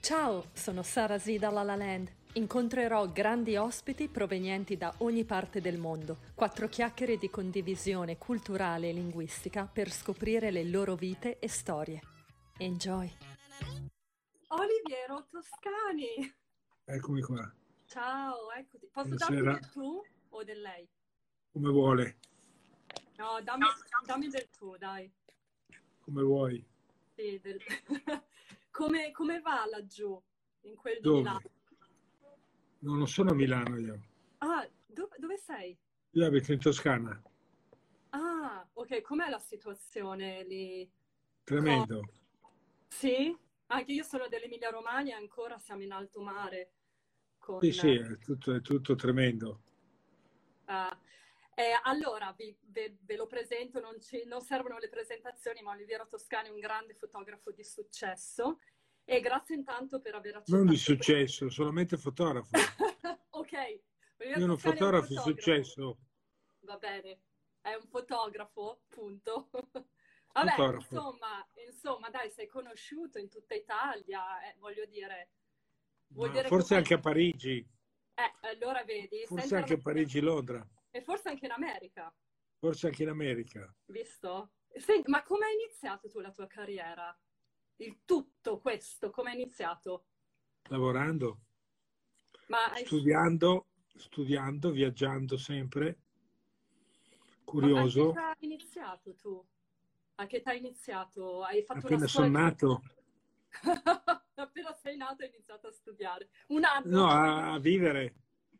Ciao, sono Sara Z da La La Land. Incontrerò grandi ospiti provenienti da ogni parte del mondo. Quattro chiacchiere di condivisione culturale e linguistica per scoprire le loro vite e storie. Enjoy! Oliviero Toscani! Eccomi qua. Ciao, eccoti. Posso darti Buonasera. del tu o del lei? Come vuole, No, dammi del tu, dai. come vuoi. Sì, come va laggiù, in quel di Milano? Dove? No, non sono a Milano io. Ah, dove sei? Io abito in Toscana. Ah, ok, com'è la situazione lì? Co- Tremendo. sì? Anche io sono dell'Emilia Romagna e ancora siamo in alto mare Sì, con... sì, è tutto tremendo. ah, allora, ve lo presento, non servono le presentazioni, ma Oliviero Toscani è un grande fotografo di successo e grazie intanto per aver Non di accettato questo. successo, solamente fotografo. Ok, Oliviero Io non Toscani è un fotografo di fotografo. successo, Va bene, è un fotografo, punto. Vabbè, fotografo. insomma, dai, sei conosciuto in tutta Italia, voglio dire, vuol Ma dire che forse fai... anche a Parigi, allora vedi, forse senti la anche a ragione. Parigi, Londra, E forse anche in America, forse anche in America. visto? Senti, ma come hai iniziato tu la tua carriera? Il tutto questo, come hai iniziato? Lavorando, Ma, hai- studiando, viaggiando sempre, ma a che curioso. età hai iniziato tu? A che età hai iniziato? Hai fatto una Appena scuola sono di... nato. Appena sei nato hai iniziato a studiare. Un No, anno. a vivere.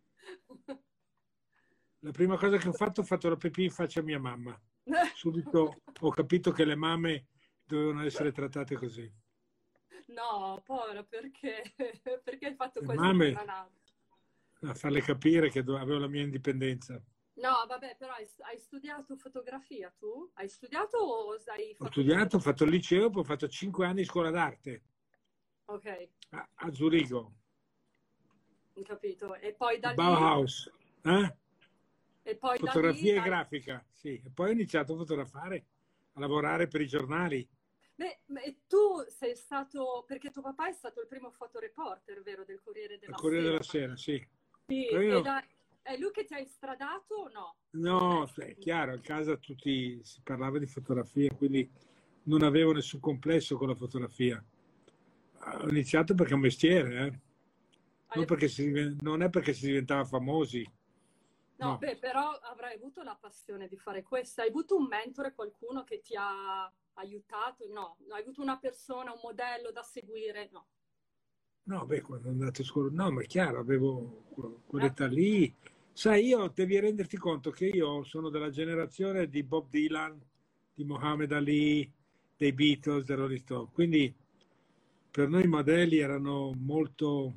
La prima cosa che ho fatto la pipì in faccia a mia mamma. Subito ho capito che le mamme dovevano essere trattate così. No, povera, perché? Perché hai fatto Le questo mamme appena nato? a farle capire che avevo la mia indipendenza. No, vabbè, però hai studiato fotografia tu? Hai studiato o hai Ho fatto studiato, ho fotografia? fatto il liceo, poi ho fatto 5 anni di scuola d'arte Ok, a Zurigo, ho capito. E poi da a lì, Bauhaus. Eh? e poi da lì Fotografia e hai... grafica, sì. E poi ho iniziato a fotografare, a lavorare per i giornali, Beh, e tu sei stato... Perché tuo papà è stato il primo fotoreporter, vero, del Corriere al della Corriere Sera. della Sera, sì. Sì, Però io è lui che ti ha istradato o no? Non è... no, è chiaro, a casa tutti si parlava di fotografia, quindi non avevo nessun complesso con la fotografia. Ho iniziato perché è un mestiere, eh. hai- Non è perché si diventava famosi, No, no. beh, però avrai avuto la passione di fare questo. Hai avuto un mentore, qualcuno che ti ha aiutato? No, hai avuto una persona, un modello da seguire? No. No, beh, quando sono andato a scuola, no, ma è chiaro, avevo Eh, quell'età lì. Sai, io devi renderti conto che io sono della generazione di Bob Dylan, di Muhammad Ali, dei Beatles, dei Rolling Stones. Quindi per noi i modelli erano molto.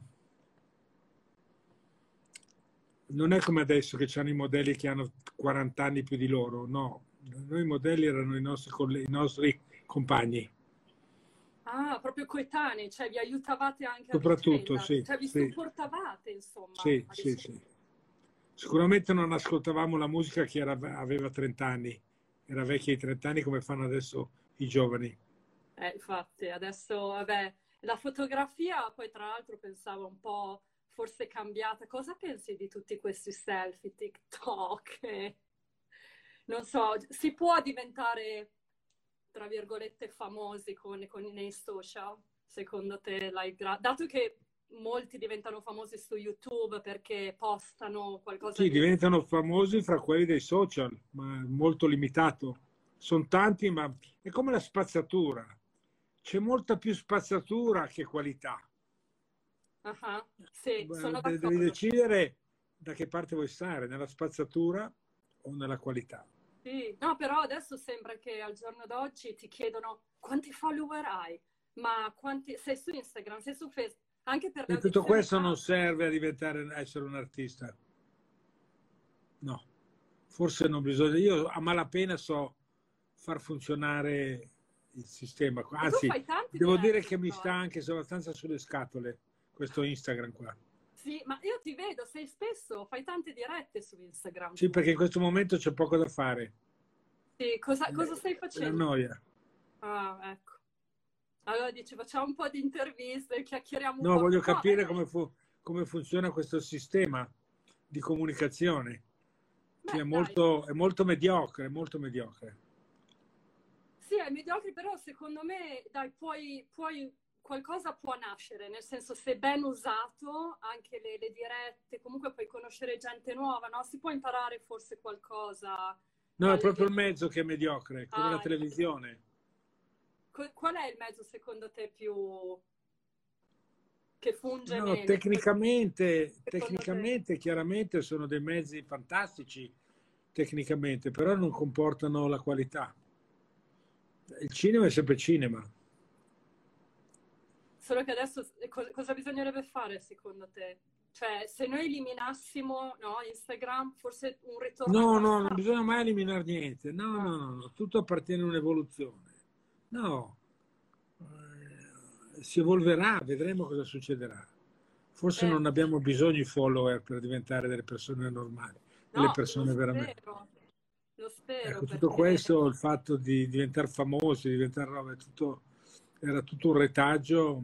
Non è come adesso che hanno i modelli che hanno 40 anni più di loro, no. Noi i modelli erano i nostri compagni, Ah, proprio coetanei, cioè vi aiutavate anche a soprattutto, vicenda, sì, cioè vi sì, supportavate, insomma. sì, sì, sì. Sicuramente non ascoltavamo la musica che aveva 30 anni, era vecchia ai 30 anni come fanno adesso i giovani. Infatti, adesso, vabbè, la fotografia, poi tra l'altro pensavo un po' forse cambiata. Cosa pensi di tutti questi selfie, TikTok? Non so, si può diventare, tra virgolette, famosi nei social? Secondo te, dato che molti diventano famosi su YouTube perché postano qualcosa Sì, di... diventano famosi fra quelli dei social, ma è molto limitato. Sono tanti, ma è come la spazzatura. C'è molta più spazzatura che qualità. Ah, ah. Sì, sono Devi d'accordo. decidere da che parte vuoi stare, nella spazzatura o nella qualità. Sì, no, però adesso sembra che al giorno d'oggi ti chiedono quanti follower hai, ma quanti... sei su Instagram, sei su Facebook, anche per le E tutto audizioni questo non fa... serve a essere un artista. No, forse non bisogna. Io a malapena so far funzionare il sistema. E tu Anzi, fai tanti devo dire dirette che mi però, sta anche abbastanza sulle scatole questo Instagram qua. Sì, ma io ti vedo, sei spesso, fai tante dirette su Instagram Sì, tu. perché in questo momento c'è poco da fare. Sì, cosa stai È la facendo? noia. Ah, ecco. Allora dici, facciamo un po' di interviste, chiacchieriamo un No, po'. voglio No, capire come funziona questo sistema di comunicazione, che beh, dai. è molto mediocre, molto mediocre. Sì, è mediocre, però secondo me, dai, qualcosa può nascere, nel senso se ben usato, anche le dirette, comunque puoi conoscere gente nuova, no? Si può imparare forse qualcosa No, è dalle proprio il dirette. mezzo che è mediocre, come la Ah, televisione. qual è il mezzo secondo te più che funge No, meglio? Secondo te? tecnicamente, chiaramente sono dei mezzi fantastici, tecnicamente, però non comportano la qualità. Il cinema è sempre cinema. Solo che adesso cosa bisognerebbe fare secondo te? Cioè, se noi eliminassimo, no, Instagram, forse un ritorno al No, no, non passato. bisogna mai eliminare niente. No, Ah, no, no, no, tutto appartiene a un'evoluzione. No, si evolverà, vedremo cosa succederà. Forse eh, non abbiamo bisogno di follower per diventare delle persone normali, delle no, persone veramente. lo spero Ecco, tutto perché questo, il fatto di diventare famosi, di diventare roba, era tutto un retaggio,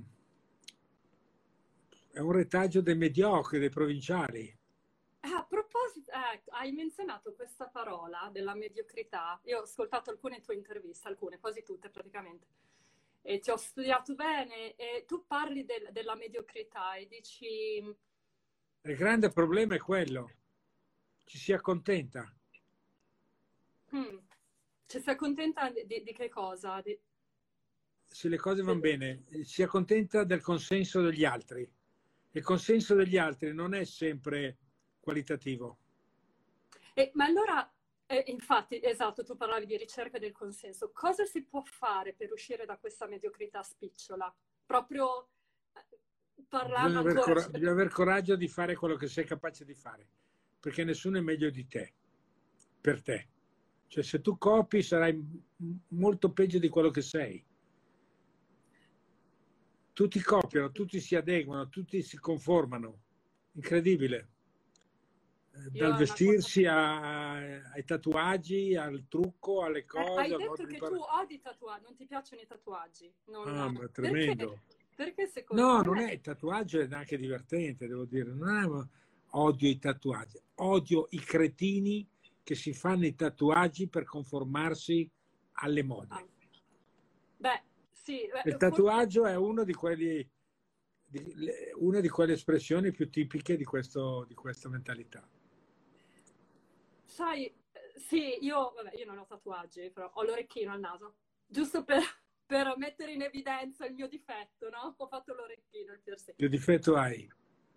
è un retaggio dei mediocri, dei provinciali. a proposito, hai menzionato questa parola della mediocrità. Io ho ascoltato alcune tue interviste, alcune, quasi tutte praticamente, e ti ho studiato bene e tu parli della mediocrità e dici, Il grande problema è quello, ci si accontenta. hmm, ci sei contenta di che cosa? Se le cose vanno De- bene, si accontenta del consenso degli altri. Il consenso degli altri non è sempre qualitativo. Ma allora, infatti, esatto, tu parlavi di ricerca del consenso. Cosa si può fare per uscire da questa mediocrità spicciola? Proprio parlando ancora... Bisogna aver coraggio di fare quello che sei capace di fare, perché nessuno è meglio di te, per te. Cioè, se tu copi, sarai molto peggio di quello che sei. Tutti copiano, tutti si adeguano, tutti si conformano. Incredibile. Io Dal è una cosa... vestirsi ai tatuaggi, al trucco, alle cose, hai al modo detto di che tu parlare. odi tatuaggi, non ti piacciono i tatuaggi. Ah, ma è Perché? tremendo. Perché secondo... No, Non non è... è il tatuaggio, è anche divertente, devo dire. Non è odio i tatuaggi, odio i cretini che si fanno i tatuaggi per conformarsi alle ah, mode. beh, sì, Il forse... tatuaggio è uno di quelli, una di quelle espressioni più tipiche di questa mentalità. Sai, sì, vabbè, io non ho tatuaggi, però ho l'orecchino al naso, giusto per mettere in evidenza il mio difetto, no? Ho fatto l'orecchino, il piercing. Che difetto hai?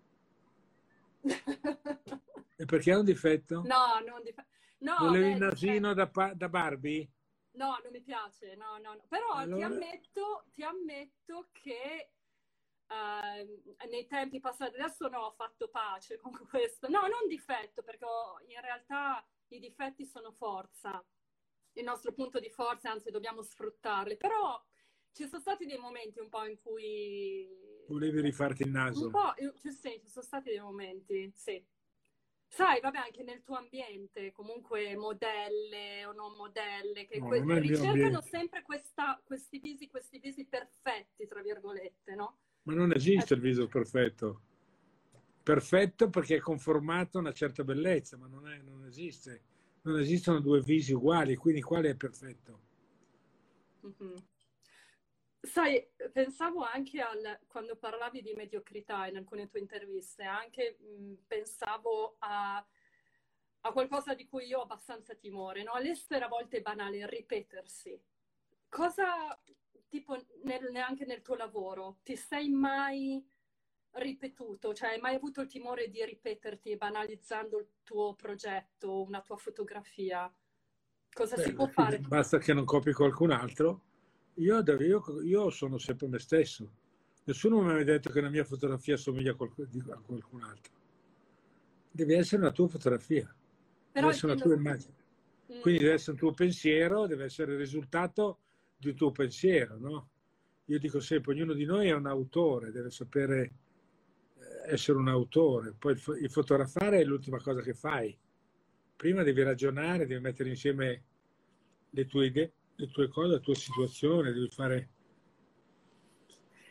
E perché è un difetto? No, non difetto. No, Volevi il beh, difetto. nasino da Barbie? No, non mi piace, no, no, no. Però Allora, ti ammetto che nei tempi passati, adesso no, ho fatto pace con questo. No, non difetto, perché in realtà i difetti sono forza, il nostro punto di forza, anzi dobbiamo sfruttarli. Però ci sono stati dei momenti un po' in cui... volevi rifarti il Un naso. po', sì, ci sono stati dei momenti, sì. Sai, vabbè, anche nel tuo ambiente, comunque modelle o non modelle, che No, non è il mio ricercano ambiente. sempre questi visi perfetti, tra virgolette, no? Ma non Eh, esiste il viso perfetto. Perfetto perché è conformato a una certa bellezza, ma non esiste. Non esistono due visi uguali, quindi quale è perfetto? mhm. Sai, pensavo anche quando parlavi di mediocrità in alcune tue interviste, anche pensavo a qualcosa di cui io ho abbastanza timore, no? L'essere a volte banale, ripetersi. Cosa, tipo, anche nel tuo lavoro, ti sei mai ripetuto? Cioè, hai mai avuto il timore di ripeterti banalizzando il tuo progetto, una tua fotografia? Cosa si può Perché fare? basta che non copi qualcun altro. Io sono sempre me stesso. Nessuno mi ha mai detto che la mia fotografia assomiglia a qualcun altro. Deve essere una tua fotografia, deve Però essere una intendo... tua immagine. Quindi Mm, deve essere un tuo pensiero, deve essere il risultato di un tuo pensiero, no? Io dico sempre, ognuno di noi è un autore, deve sapere essere un autore. Poi il fotografare è l'ultima cosa che fai. Prima devi ragionare, devi mettere insieme le tue idee, le tue cose, la tua situazione, devi fare...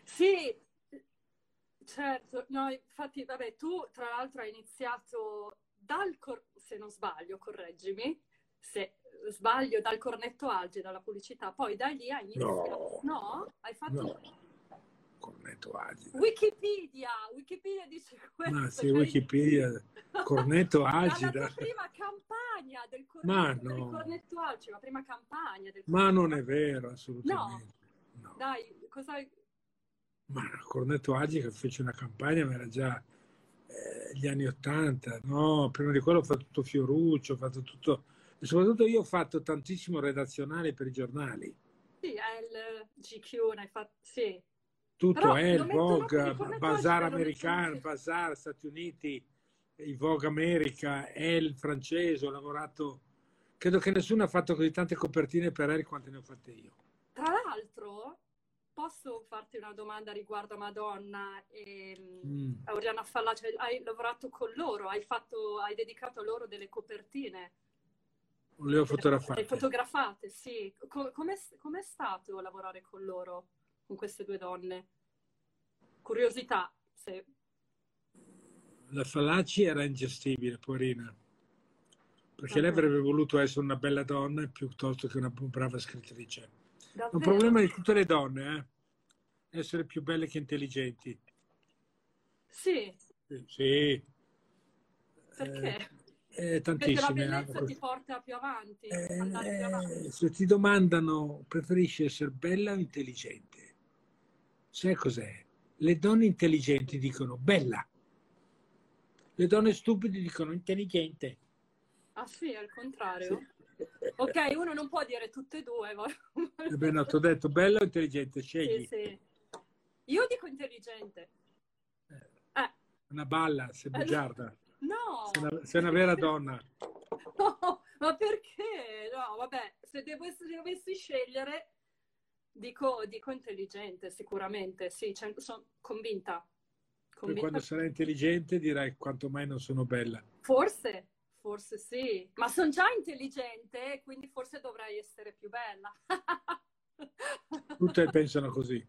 Sì, certo. No, infatti, vabbè, tu tra l'altro hai iniziato se non sbaglio, correggimi, se sbaglio, dal cornetto alge, dalla pubblicità, poi da lì hai iniziato, No, no? Hai fatto no, Cornetto Agile. Wikipedia dice Ma questo, se cioè Wikipedia, Cornetto dalla Agile, tua prima campagna ma del no, cornetto alce, la prima campagna del ma cornetto non è alce. vero No, assolutamente. No. dai, cosa... Ma Cornetto Agile che fece una campagna, ma era già gli anni Ottanta, no? Prima di quello ho fatto tutto Fioruccio, ho fatto tutto... E soprattutto io ho fatto tantissimo redazionale per i giornali. Sì, è il GQ, ne hai fatto... Sì. Tutto, Però lo il mettono per il Vogue, cornetto Bazar agile, lo mettono americano, anche... Bazar Stati Uniti, il Vogue America, il francese, ho lavorato... Credo che nessuno ha fatto così tante copertine per Elle quante ne ho fatte io. Tra l'altro, posso farti una domanda riguardo a Madonna e Mm. Oriana Fallaci? Hai lavorato con loro, hai dedicato loro delle copertine, Le ho le fotografate. fotografate, sì. Com'è stato lavorare con loro, con queste due donne? Curiosità, se... La Fallaci era ingestibile, poverina, perché lei Davvero, avrebbe voluto essere una bella donna piuttosto che una brava scrittrice. È un davvero? problema di tutte le donne, essere più belle che intelligenti. Sì, Sì, eh, perché? Perché la tantissime hanno bellezza ti questo. porta più avanti, andare più avanti. Se ti domandano preferisci essere bella o intelligente, sai cos'è? Le donne intelligenti dicono bella, le donne stupide dicono intelligente. Ah sì, al Sì. contrario? Ok, uno non può dire tutte e due. Beh, no, ti ho detto bella o intelligente, Sì, scegli. sì. Io dico intelligente. Eh, Una balla, sei bugiarda, no! sei una vera donna. No, ma perché? No, vabbè, se dovessi scegliere, dico intelligente, sicuramente. Sì, sono convinta. Poi quando Convinta. sarai intelligente dirai quanto mai non sono bella. Forse sì, ma sono già intelligente, quindi forse dovrei essere più bella. Tutte pensano così.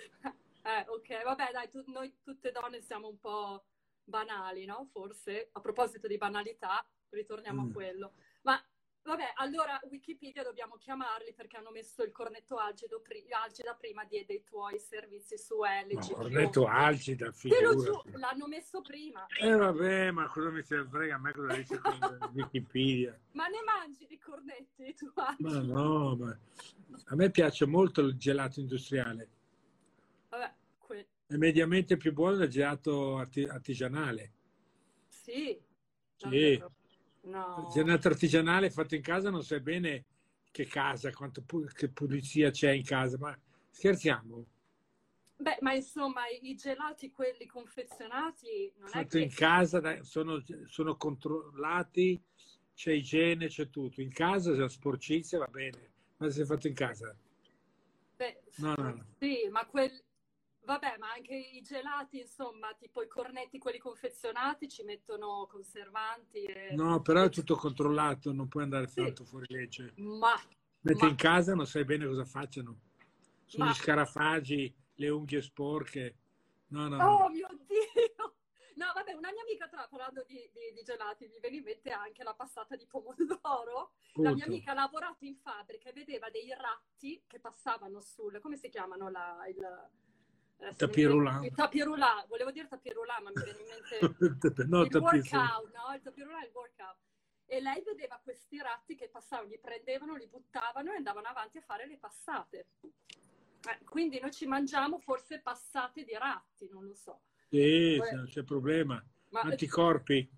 Ok, vabbè, dai, noi tutte donne siamo un po' banali, no? Forse, a proposito di banalità, ritorniamo a Mm. quello. Ma vabbè, allora Wikipedia dobbiamo chiamarli perché hanno messo il cornetto algida prima dei tuoi servizi su Ma LGQ. Cornetto Alcida, Te lo giuro, figurati. l'hanno messo prima. Vabbè, ma cosa mi se ne frega a me cosa dice Wikipedia? Ma ne mangi di cornetti tu Ma algida? no, ma a me piace molto il gelato industriale. Vabbè, È mediamente più buono del gelato artigianale. sì, Sì, davvero. il No. gelato artigianale fatto in casa non sai bene che casa, che pulizia c'è in casa, ma scherziamo. Beh, ma insomma, i gelati, quelli confezionati, non è Fatto in che... casa, sono controllati, c'è igiene, c'è tutto. In casa c'è la sporcizia, va bene, ma se è fatto in casa. Beh, No, no, no. sì, vabbè, ma anche i gelati, insomma, tipo i cornetti, quelli confezionati, ci mettono conservanti No, però è tutto controllato, non puoi andare Sì, tanto fuori legge. ma, Mentre ma, in casa non sai bene cosa facciano. Sono gli ma scarafaggi, le unghie sporche. No, no, no. Oh mio Dio! No, vabbè, una mia amica, parlando di gelati, mi viene in mente anche la passata di pomodoro. La mia Appunto. amica ha lavorato in fabbrica e vedeva dei ratti che passavano come si chiamano adesso non mi viene, Tapirulan. il tapirulà, volevo dire tapirulà, ma mi viene in mente No, il tapirulan. workout, no? Il tapirulà è il workout. E lei vedeva questi ratti che passavano, li prendevano, li buttavano e andavano avanti a fare le passate. Quindi noi ci mangiamo forse passate di ratti, non lo so. Sì, non c'è problema. Ma Anticorpi.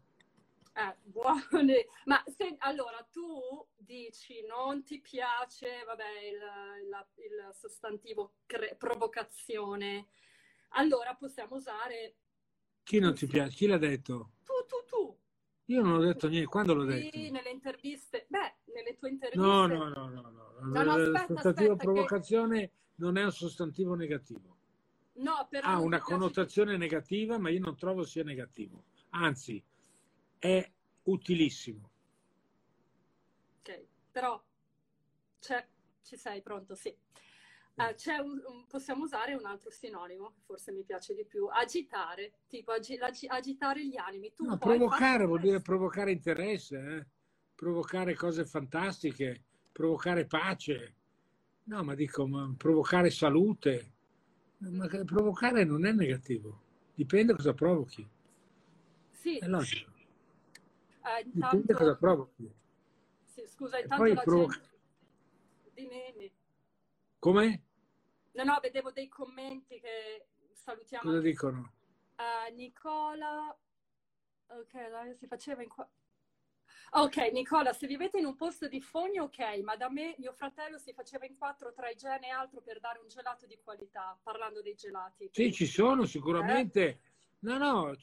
buone. Ma allora tu dici non ti piace, vabbè, il sostantivo provocazione. Allora possiamo usare Chi non tu, ti piace? Chi l'ha detto? tu. Io non ho detto niente. Quando l'ho Sì, detto? nelle interviste, beh, nelle tue No, interviste. no, no, no, No, no, no. Il sostantivo aspetta, che provocazione non è un sostantivo negativo. no, però Ha non ti una piace. connotazione negativa, ma io non trovo sia negativo. Anzi, è utilissimo. Ok, però ci sei pronto, sì. Possiamo usare un altro sinonimo, che forse mi piace di più, agitare, tipo agitare gli animi. Tu No, poi hai provocare fatto vuol dire questo. provocare interesse, provocare cose fantastiche, provocare pace. No, ma dico, ma provocare salute. Ma Mhm. provocare non è negativo, dipende cosa provochi. Sì, È logico, dipende cosa intanto, provochi. sì, scusa, E intanto poi la gente... Dimmi. come? No, no, vedevo dei commenti che salutiamo Cosa anche su dicono? Nicola. Ok, si faceva in qua. Ok, Nicola, se vivete in un posto di fogni, ok, ma da me, mio fratello si faceva in quattro tra igiene e altro per dare un gelato di qualità, parlando dei gelati, Sì, quindi... ci sono Eh? sicuramente. No, no,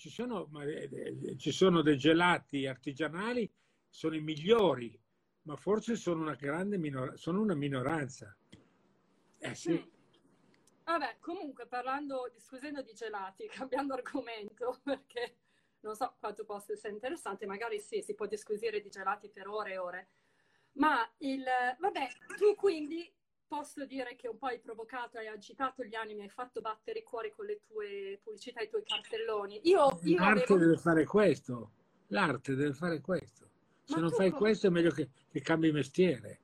ci sono dei gelati artigianali, sono i migliori, ma forse sono una grande sono una minoranza. Eh Mm. sì. Vabbè, comunque, discutendo di gelati, cambiando argomento, perché non so quanto possa essere interessante, magari sì, si può discutere di gelati per ore e ore. Ma vabbè, tu quindi posso dire che un po' hai provocato, hai agitato gli animi, hai fatto battere i cuori con le tue pubblicità, i tuoi cartelloni. Io L'arte avevo... deve fare questo, l'arte deve fare questo. Se Ma non tu fai come... questo è meglio che cambi mestiere.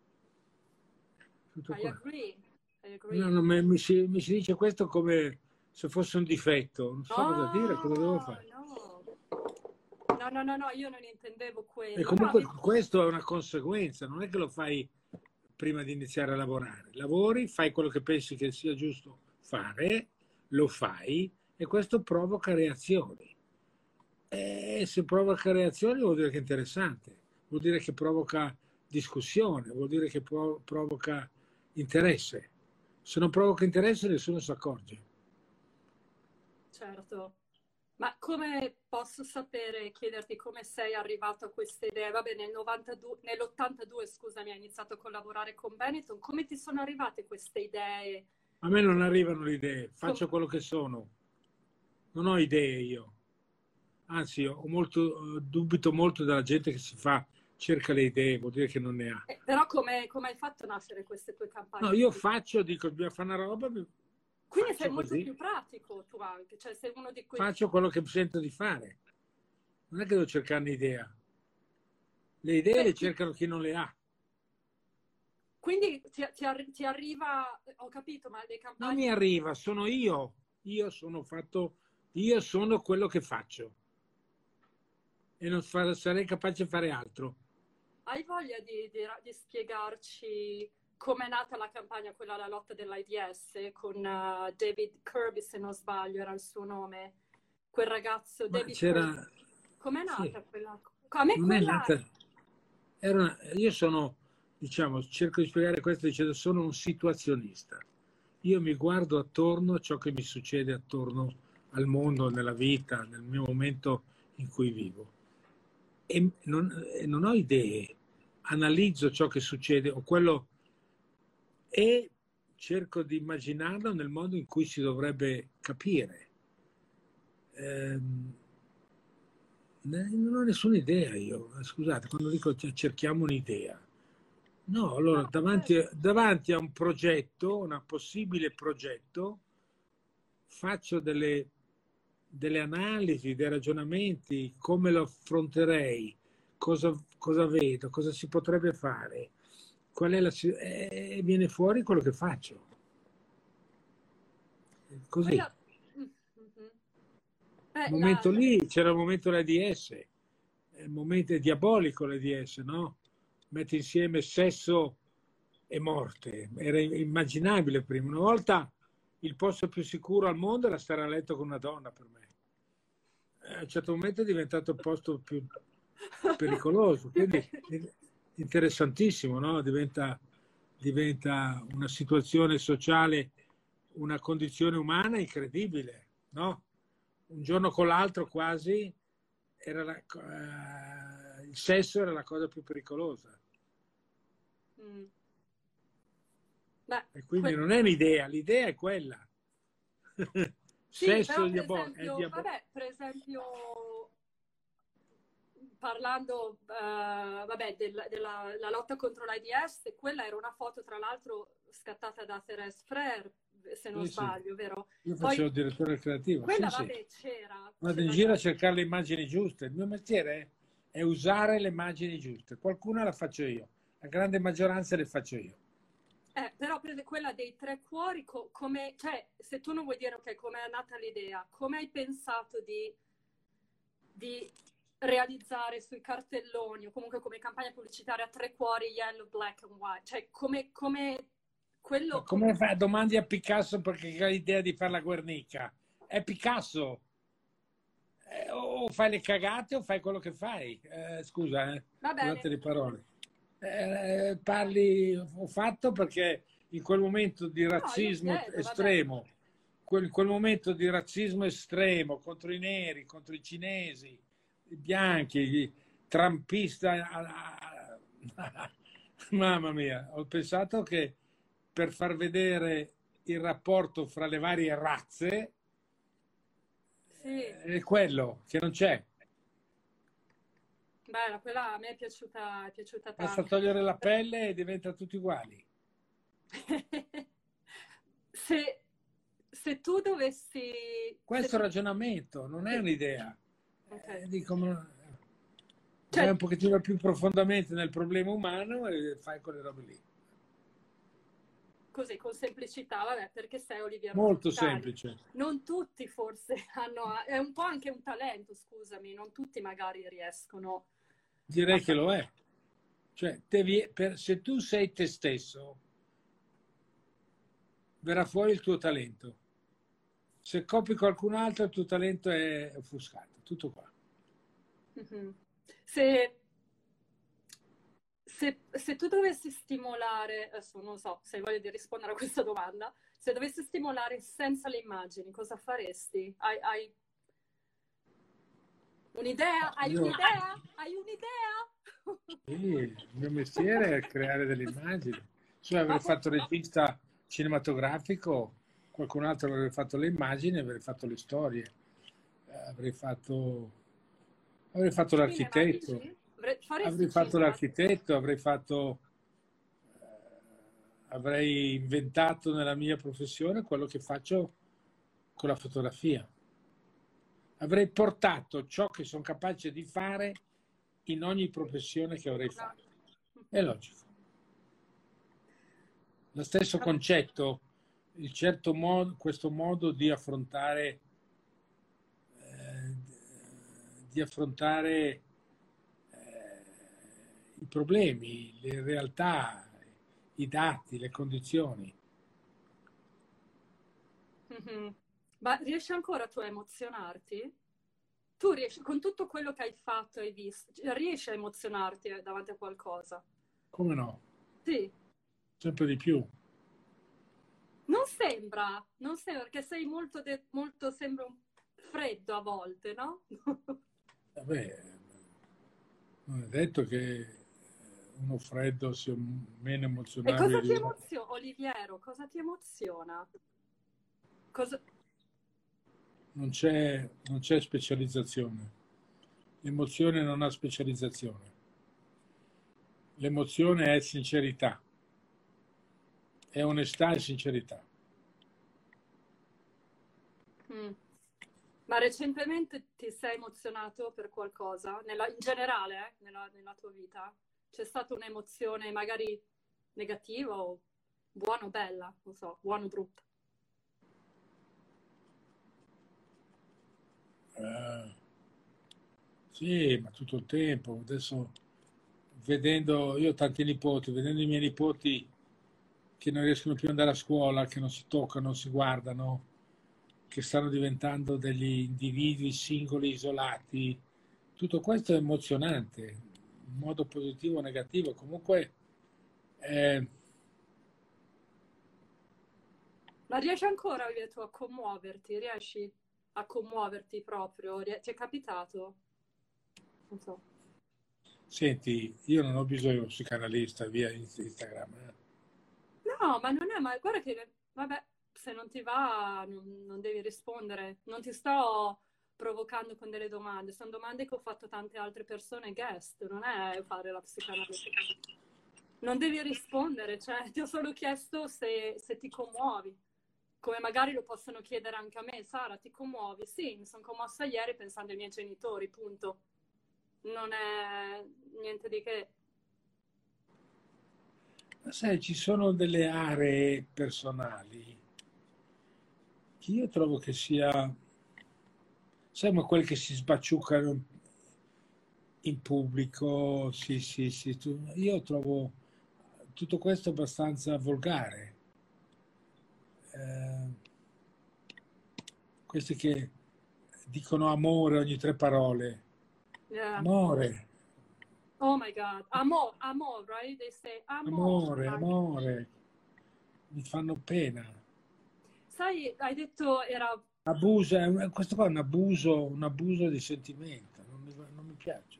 Tutto I qua. agree, I No, agree. no, mi si dice questo come se fosse un difetto. Non so cosa dire, cosa devo No, fare. no. No, no, no, no, io non intendevo E quello. No, comunque questo è una conseguenza, non è che lo fai prima di iniziare a lavorare. Lavori, fai quello che pensi che sia giusto fare, lo fai e questo provoca reazioni. E se provoca reazioni vuol dire che è interessante, vuol dire che provoca discussione, vuol dire che provoca interesse. Se non provoca interesse nessuno si accorge. certo. Ma come posso sapere, chiederti come sei arrivato a queste idee? Vabbè, nell'82, scusami, hai iniziato a collaborare con Benetton. Come ti sono arrivate queste idee? A me non arrivano le idee, Com- faccio quello che sono, non ho idee io. Anzi, dubito molto della gente che cerca le idee, vuol dire che non ne ha. Però come hai fatto a nascere queste tue No, campagne io pubblicitarie? faccio, dico, dobbiamo fare una roba, Quindi sei faccio molto così, più pratico tu anche, cioè sei uno di quei... faccio quello che sento di fare. Non è che devo cercare un'idea. Le idee Beh, le cercano chi non le ha. quindi ti arriva, ho capito, ma le Non campagne mi pubblicitarie... arriva, sono io. Io sono quello che faccio e non sarei capace di fare altro. Hai voglia di spiegarci com'è nata la campagna, quella alla lotta dell'AIDS, con David Kirby, se non sbaglio, era il suo nome, quel ragazzo, Ma David Kirby. c'era, Com'è sì, nata quella? A me non è quella... nata. Io sono, diciamo, cerco di spiegare questo dicendo sono un situazionista. Io mi guardo attorno a ciò che mi succede attorno al mondo, nella vita, nel mio momento in cui vivo. E non ho idee, analizzo ciò che succede o quello e cerco di immaginarlo nel modo in cui si dovrebbe capire. Ehm, non ho nessuna idea io, scusate, quando dico cerchiamo un'idea. No, No, allora certo. davanti a un progetto, un possibile progetto, faccio delle analisi, dei ragionamenti, come lo affronterei, cosa vedo, cosa si potrebbe fare, e viene fuori quello che faccio. Così. Quella... Mhm. Il Beh, momento lì c'era il momento dell'AIDS, il momento è diabolico l'AIDS, no? Mette insieme sesso e morte, era immaginabile prima. Una volta il posto più sicuro al mondo era stare a letto con una donna per me. A un certo momento è diventato il posto più pericoloso, più quindi interessantissimo, no? Diventa una situazione sociale, una condizione umana incredibile, no? Un giorno con l'altro quasi il sesso era la cosa più pericolosa. Mm. Beh, E quindi non è un'idea, l'idea è quella. sì, Sesso però è per esempio, diabolico. vabbè, per esempio, parlando, vabbè, la lotta contro l'AIDS, quella era una foto, tra l'altro, scattata da Thérèse Frère, se non Sì, sì. sbaglio, vero? Io Poi facevo il direttore creativo, sì, quella, sì. vabbè, c'era, Vado in c'era giro a già. cercare le immagini giuste. Il mio mestiere è usare le immagini giuste. Qualcuna la faccio io, la grande maggioranza le faccio io. Però per quella dei tre cuori, come, cioè, se tu non vuoi dire, ok, come è nata l'idea, come hai pensato di realizzare sui cartelloni o comunque come campagna pubblicitaria tre cuori, yellow, black and white, cioè come Ma quello, come fai? Domandi a Picasso perché hai l'idea di fare la Guernica? È Picasso. O fai le cagate o fai quello che fai. Scusa, va scusate bene, le parole. Parli, ho fatto perché in quel momento di no, io razzismo chiedo, vabbè, estremo, quel momento di razzismo estremo contro i neri, contro i cinesi, i bianchi, i trampista, mamma mia, ho pensato che per far vedere il rapporto fra le varie razze sì, è quello che non c'è. bella, quella a me è piaciuta Basta tanto. togliere la pelle e diventano tutti uguali. Se, se tu dovessi, se Questo è tu, il ragionamento, non è sì, un'idea. ok, Dico, vai cioè, un pochettino più profondamente nel problema umano e fai quelle robe lì. così, con semplicità, vabbè, perché sei Oliviero Molto Giudittari. semplice. Non tutti forse hanno, è un po' anche un talento, scusami, non tutti magari riescono a Direi che fare. lo è. Cioè, se tu sei te stesso, verrà fuori il tuo talento. Se copi qualcun altro, il tuo talento è offuscato. Tutto qua. Mhm. Se, se tu dovessi stimolare, adesso non so se hai voglia di rispondere a questa domanda, se dovessi stimolare senza le immagini, cosa faresti? Hai un'idea? Hai Io, un'idea? Hai un'idea? sì, il mio mestiere è creare delle immagini. Se Ma avrei fatto regista cinematografico, qualcun altro avrebbe fatto le immagini, avrei fatto le storie, avrei fatto, avrei fatto cinema, l'architetto, dici? Faresti cinema? avrei fatto, avrei inventato nella mia professione quello che faccio con la fotografia. Avrei portato ciò che sono capace di fare in ogni professione che avrei No. fatto. È logico. Lo stesso concetto, questo modo eh, di affrontare i problemi, le realtà, i dati, le condizioni. Mhm. Ma riesci ancora tu a emozionarti? Tu riesci, con tutto quello che hai fatto e hai visto, riesci a emozionarti davanti a qualcosa? Come no? Sì. Sempre di più. Non sembra perché sei molto, molto sembra un freddo a volte, no? Vabbè, non è detto che uno freddo sia meno E emozionabile cosa di ti uno. emoziona, Oliviero? Cosa ti emoziona? Cosa... Non c'è specializzazione. L'emozione non ha specializzazione. L'emozione è sincerità, è onestà e sincerità. Mm. Ma recentemente ti sei emozionato per qualcosa? In generale, nella tua vita? C'è stata un'emozione magari negativa o buona o bella? Non so, buona o brutta? Eh, sì, ma tutto il tempo. Adesso vedendo, io ho tanti nipoti, vedendo i miei nipoti che non riescono più ad andare a scuola, che non si toccano, non si guardano, che stanno diventando degli individui singoli, isolati, tutto questo è emozionante, in modo positivo o negativo. Comunque, eh, Ma riesci ancora, Oliviero, tu a commuoverti? Riesci a commuoverti proprio? Ti è capitato? Non so. senti, io non ho bisogno di uno psicanalista via Instagram. No, ma non è, ma guarda che, vabbè, se non ti va non devi rispondere. Non ti sto provocando con delle domande. Sono domande che ho fatto a tante altre persone guest, non è fare la psicanalisi. Non devi rispondere, cioè ti ho solo chiesto se ti commuovi, come magari lo possono chiedere anche a me. Sara, ti commuovi? Sì, mi sono commossa ieri pensando ai miei genitori, punto. Non è niente di che. Sai, ci sono delle aree personali che io trovo che sia, sai, ma quelli che si sbaciuccano in pubblico, sì, sì, sì, io trovo tutto questo abbastanza volgare. Eh, questi che dicono amore ogni 3 parole. Yeah. Amore, Oh my God. Amor, amor, right? They say amor. amore, amore, mi fanno pena. Sai, hai detto era Abuso, questo qua è un abuso di sentimento, non mi piace.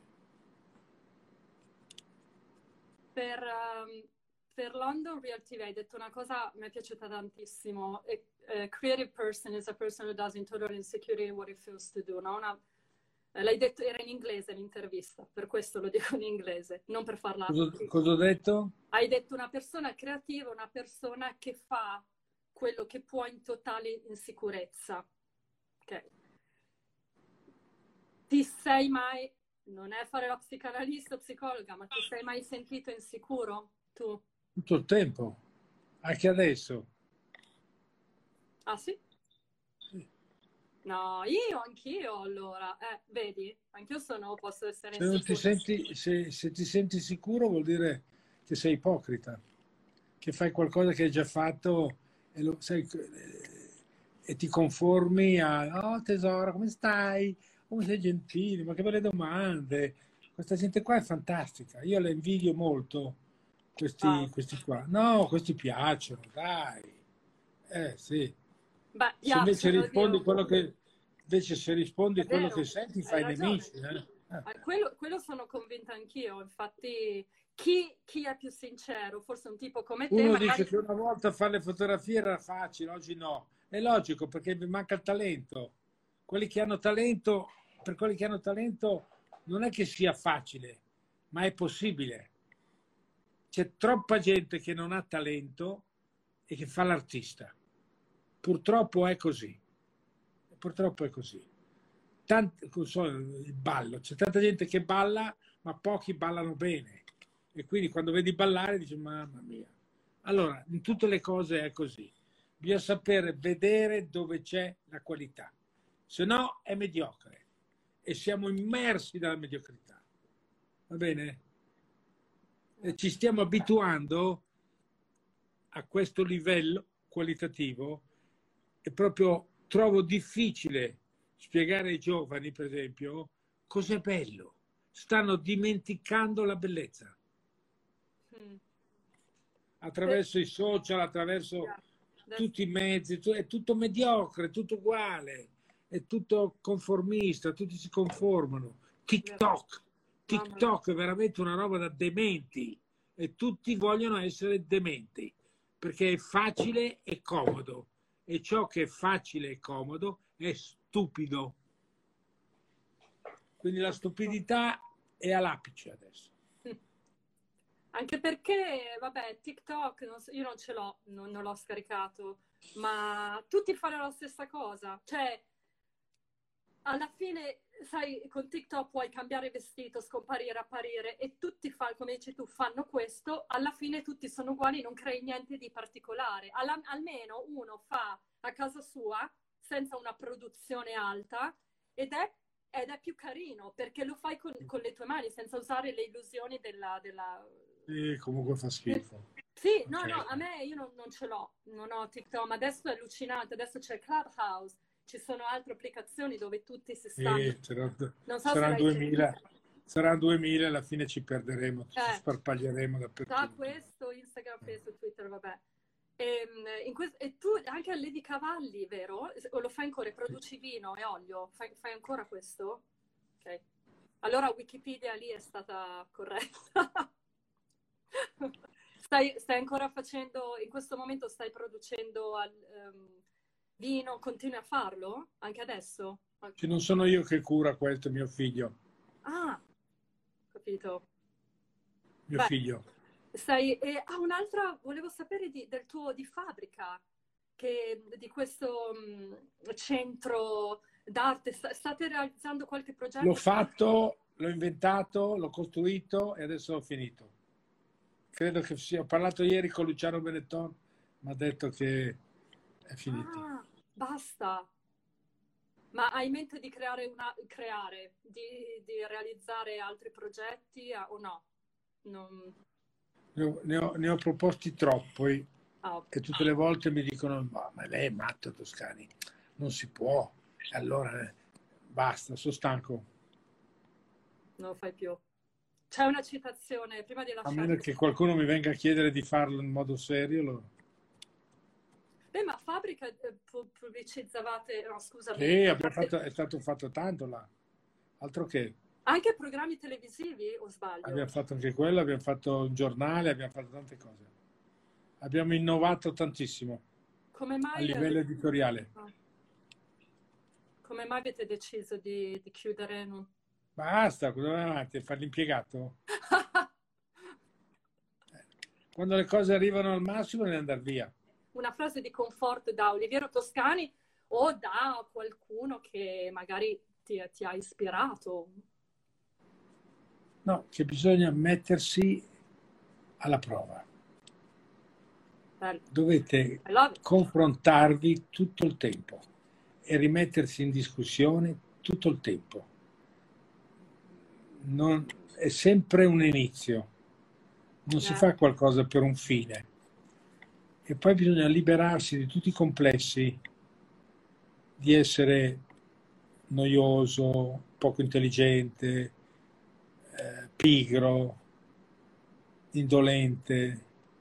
per, per London Real TV, hai detto una cosa che mi è piaciuta tantissimo. A creative person is a person who doesn't tolerate insecurity what it feels to do. No? L'hai detto, era in inglese l'intervista, per questo lo dico in inglese, non per farla. Cosa ho detto? Hai detto una persona creativa, una persona che fa quello che può in totale insicurezza. Ok. Ti sei mai, non è fare la psicanalista o psicologa, ma ti sei mai sentito insicuro? Tu? Tutto il tempo, anche adesso. Ah sì? Sì. No, anch'io allora. Vedi, anch'io posso essere Se non ti insicura. senti, se ti senti sicuro vuol dire che sei ipocrita, che fai qualcosa che hai già fatto e, e ti conformi a, oh tesoro, come stai? Come sei gentile, ma che belle domande. Questa gente qua è fantastica, io la invidio molto, Wow. questi qua. No, questi piacciono, dai. Sì. Beh, Se invece piacciono, rispondi oddio. quello che, invece se rispondi È quello che vero, senti, hai fai ragione. nemici. Eh. Quello sono convinta anch'io. Infatti, chi è più sincero? Forse un tipo come te, Uno dice magari. che una volta fare le fotografie era facile, oggi no. È logico perché vi manca il talento. Quelli che hanno talento, per quelli che hanno talento non è che sia facile, ma è possibile. C'è troppa gente che non ha talento e che fa l'artista. Purtroppo è così. Purtroppo è così. Il ballo, c'è tanta gente che balla, ma pochi ballano bene. E quindi quando vedi ballare dici, mamma mia. Allora, in tutte le cose è così. Bisogna sapere vedere dove c'è la qualità. Se no è mediocre. E siamo immersi dalla mediocrità. Va bene? E ci stiamo abituando a questo livello qualitativo e proprio trovo difficile spiegare ai giovani, per esempio, cos'è bello. Stanno dimenticando la bellezza Mm. attraverso i social, attraverso Yeah. tutti i mezzi, è tutto mediocre, è tutto uguale, è tutto conformista, tutti si conformano. Yeah. TikTok, Mamma mia. TikTok è veramente una roba da dementi e tutti vogliono essere dementi perché è facile e comodo e ciò che è facile e comodo è stupido. Quindi la stupidità è all'apice adesso. Anche perché, vabbè, TikTok, io non ce l'ho, non l'ho scaricato, ma tutti fanno la stessa cosa. Cioè, alla fine, sai, con TikTok puoi cambiare vestito, scomparire, apparire e tutti fanno, come dici tu, fanno questo. Alla fine tutti sono uguali, non crei niente di particolare. Almeno uno fa a casa sua, senza una produzione alta, ed è più carino perché lo fai con le tue mani, senza usare le illusioni della. E comunque fa schifo. Sì, no, no, Okay. a me io non ce l'ho, non ho TikTok, ma adesso è allucinante, adesso c'è Clubhouse, ci sono altre applicazioni dove tutti si stanno. E Non so se saranno l'hai 2000, sentito. saranno 2000 e alla fine ci perderemo, ci Eh, sparpaglieremo Tra dappertutto. questo, Instagram, Facebook, Twitter, vabbè. E tu anche a Lady Cavalli, vero? O lo fai ancora? Produci vino e olio? Fai ancora questo? Ok. Allora Wikipedia lì è stata corretta. Stai ancora facendo, in questo momento stai producendo vino, continui a farlo? Anche adesso? Che non sono io che cura questo, mio figlio. Ah, capito. Mio Beh, figlio. un'altra, volevo sapere del tuo di fabbrica, di questo centro d'arte. State realizzando qualche L'ho progetto? fatto, l'ho inventato, l'ho costruito e adesso ho finito. Credo che sia. Ho parlato ieri con Luciano Benetton, mi ha detto che è finito. Ah, basta. Ma hai in mente di di realizzare altri progetti o no? Non... Ne ho proposti troppi Ah, ok. e tutte le volte mi dicono ma lei è matto, Toscani, non si può. Allora basta, sono stanco. Non lo fai più. C'è una citazione, prima di A meno lasciarti. che qualcuno mi venga a chiedere di farlo in modo serio. Beh, ma fabbrica pubblicizzavate, no, scusami, Sì, è stato fatto tanto là. Altro che. anche programmi televisivi, o sbaglio? Abbiamo fatto anche quello, abbiamo fatto un giornale, abbiamo fatto tante cose. Abbiamo innovato tantissimo Come a mai, livello editoriale. come mai avete deciso di chiudere? Basta, cosa vai avanti? Fare l'impiegato? Quando le cose arrivano al massimo devi andare via. Una frase di conforto da Oliviero Toscani o da qualcuno che magari ti ha ispirato? No, che bisogna mettersi alla prova. Bello. Dovete I love it. confrontarvi tutto il tempo e rimettersi in discussione tutto il tempo. È sempre un inizio, non si fa qualcosa per un fine. E poi bisogna liberarsi di tutti i complessi di essere noioso, poco intelligente, pigro, indolente,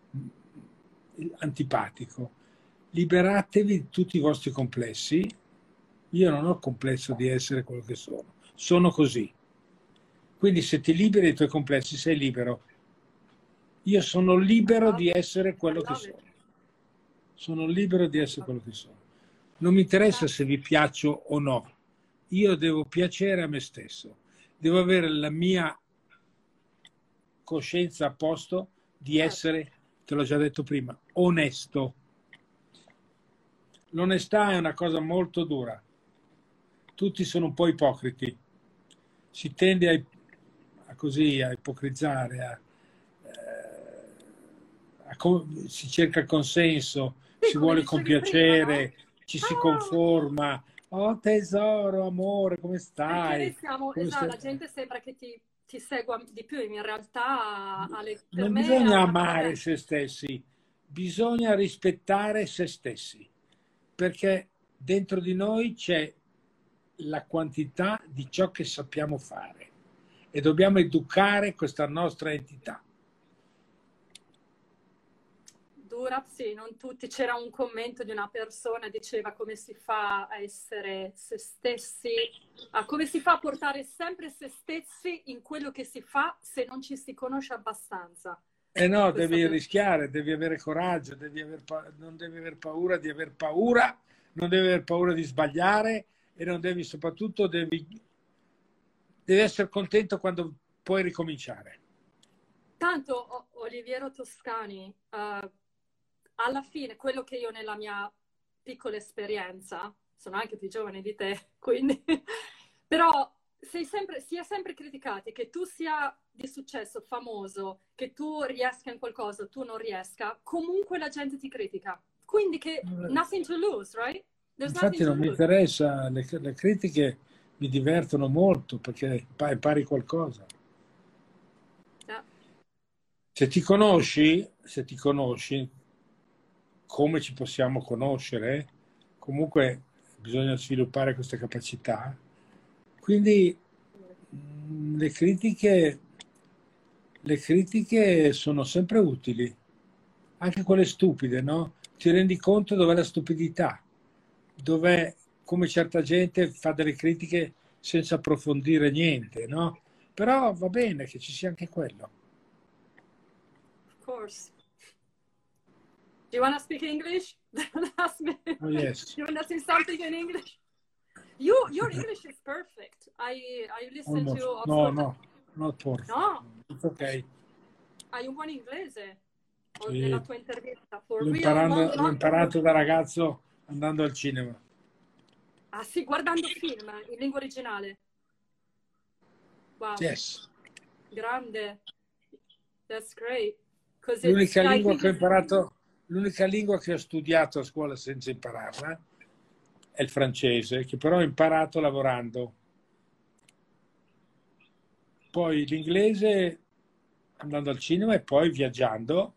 antipatico. Liberatevi di tutti i vostri complessi. Io non ho complesso di essere quello che sono così. Quindi se ti liberi dei tuoi complessi sei libero. Io sono libero di essere quello che sono. Sono libero di essere quello che sono. Non mi interessa se vi piaccio o no. Io devo piacere a me stesso. Devo avere la mia coscienza a posto di essere, te l'ho già detto prima, onesto. L'onestà è una cosa molto dura. Tutti sono un po' ipocriti. Si tende a ipocrizzare, si cerca il consenso, Sì, si come vuole dicevi prima, no? compiacere, ci si conforma. Oh tesoro, amore, come Perché stai? noi siamo, Come esatto, stai? la gente sembra che ti segua di più, in realtà per Non me bisogna ha una amare potenza. se stessi, bisogna rispettare se stessi, perché dentro di noi c'è la quantità di ciò che sappiamo fare e dobbiamo educare questa nostra entità. Dura, sì, non tutti. C'era un commento di una persona, diceva come si fa a essere se stessi, come si fa a portare sempre se stessi in quello che si fa se non ci si conosce abbastanza. Eh no, Questo devi rischiare, devi avere coraggio, non devi aver paura di aver paura, non devi aver paura di sbagliare e non devi soprattutto devi essere contento quando puoi ricominciare. Tanto, Oliviero Toscani, alla fine, quello che io nella mia piccola esperienza, sono anche più giovane di te, quindi, però si è sempre criticati che tu sia di successo, famoso, che tu riesca in qualcosa, tu non riesca, comunque la gente ti critica. Quindi che nothing to lose, right? There's Infatti nothing to non mi lose. interessa, le critiche mi divertono molto perché impari qualcosa. Yeah. Se ti conosci, come ci possiamo conoscere, comunque bisogna sviluppare queste capacità. Quindi le critiche sono sempre utili, anche quelle stupide, no? Ti rendi conto dov'è la stupidità, dov'è come certa gente fa delle critiche senza approfondire niente, no? Però va bene che ci sia anche quello. Of course. Do you want to speak English? Don't ask me. Oh yes. You want to say something in English? Your English is perfect. I listen Almost. to No, not perfect. No, It's okay. hai un buon inglese Sì. nella tua intervista. For L'ho real, l'ho imparato da ragazzo andando al cinema. Ah sì, guardando film in lingua originale. Wow, Yes. grande. That's great. L'unica lingua che ho imparato, l'unica lingua che ho studiato a scuola senza impararla è il francese, che però ho imparato lavorando. Poi l'inglese andando al cinema e poi viaggiando.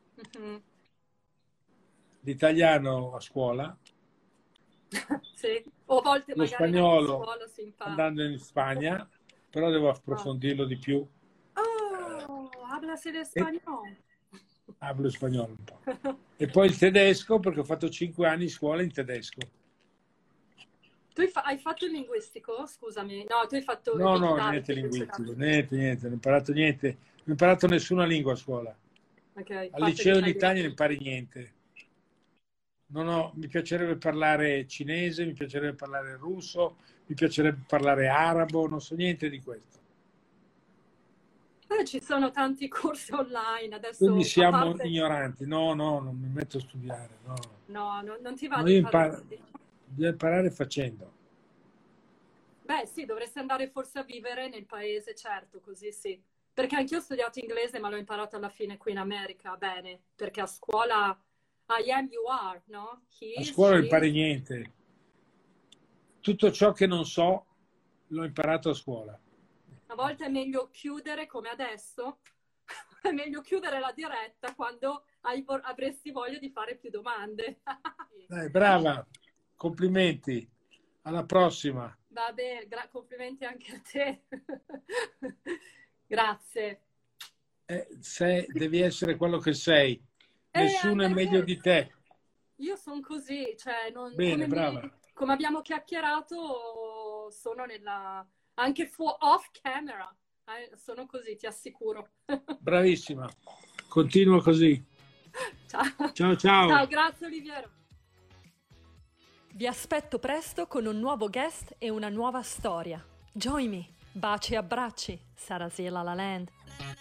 L'italiano a scuola. Sì, o a volte Lo magari anche a spagnolo scuola si impara. andando in Spagna, però devo approfondirlo di più. Oh, hablas el español. Hablo spagnolo un po'. E poi il tedesco, perché ho fatto 5 anni in scuola in tedesco. Tu hai fatto il linguistico? Scusami. No, tu hai fatto il No, digitale. niente linguistico, niente, non ho imparato niente. Non ho imparato nessuna lingua a scuola. Okay, Al liceo in Italia non impari niente. Mi piacerebbe parlare cinese, mi piacerebbe parlare russo, mi piacerebbe parlare arabo, non so niente di questo. Ci sono tanti corsi online adesso. Quindi siamo ignoranti. No, non mi metto a studiare. No, non ti va di imparare. Bisogna imparare facendo. Beh, sì, dovresti andare forse a vivere nel paese, certo, così sì. Perché anch'io ho studiato inglese, ma l'ho imparato alla fine qui in America, bene, perché a scuola I am, you are, no? A scuola non impari she. niente. Tutto ciò che non so l'ho imparato a scuola. A volte è meglio chiudere come adesso, è meglio chiudere la diretta quando avresti voglia di fare più domande. Dai, brava, complimenti, alla prossima. Va bene, complimenti anche a te. Grazie. Devi essere quello che sei, nessuno è meglio di te. Io sono così, cioè Bene, brava. Come abbiamo chiacchierato, sono anche off camera, sono così, ti assicuro. Bravissima, continua così. Ciao. Ciao, grazie Oliviero. Vi aspetto presto con un nuovo guest e una nuova storia. Join me. Baci e abbracci. Sarasela La Land.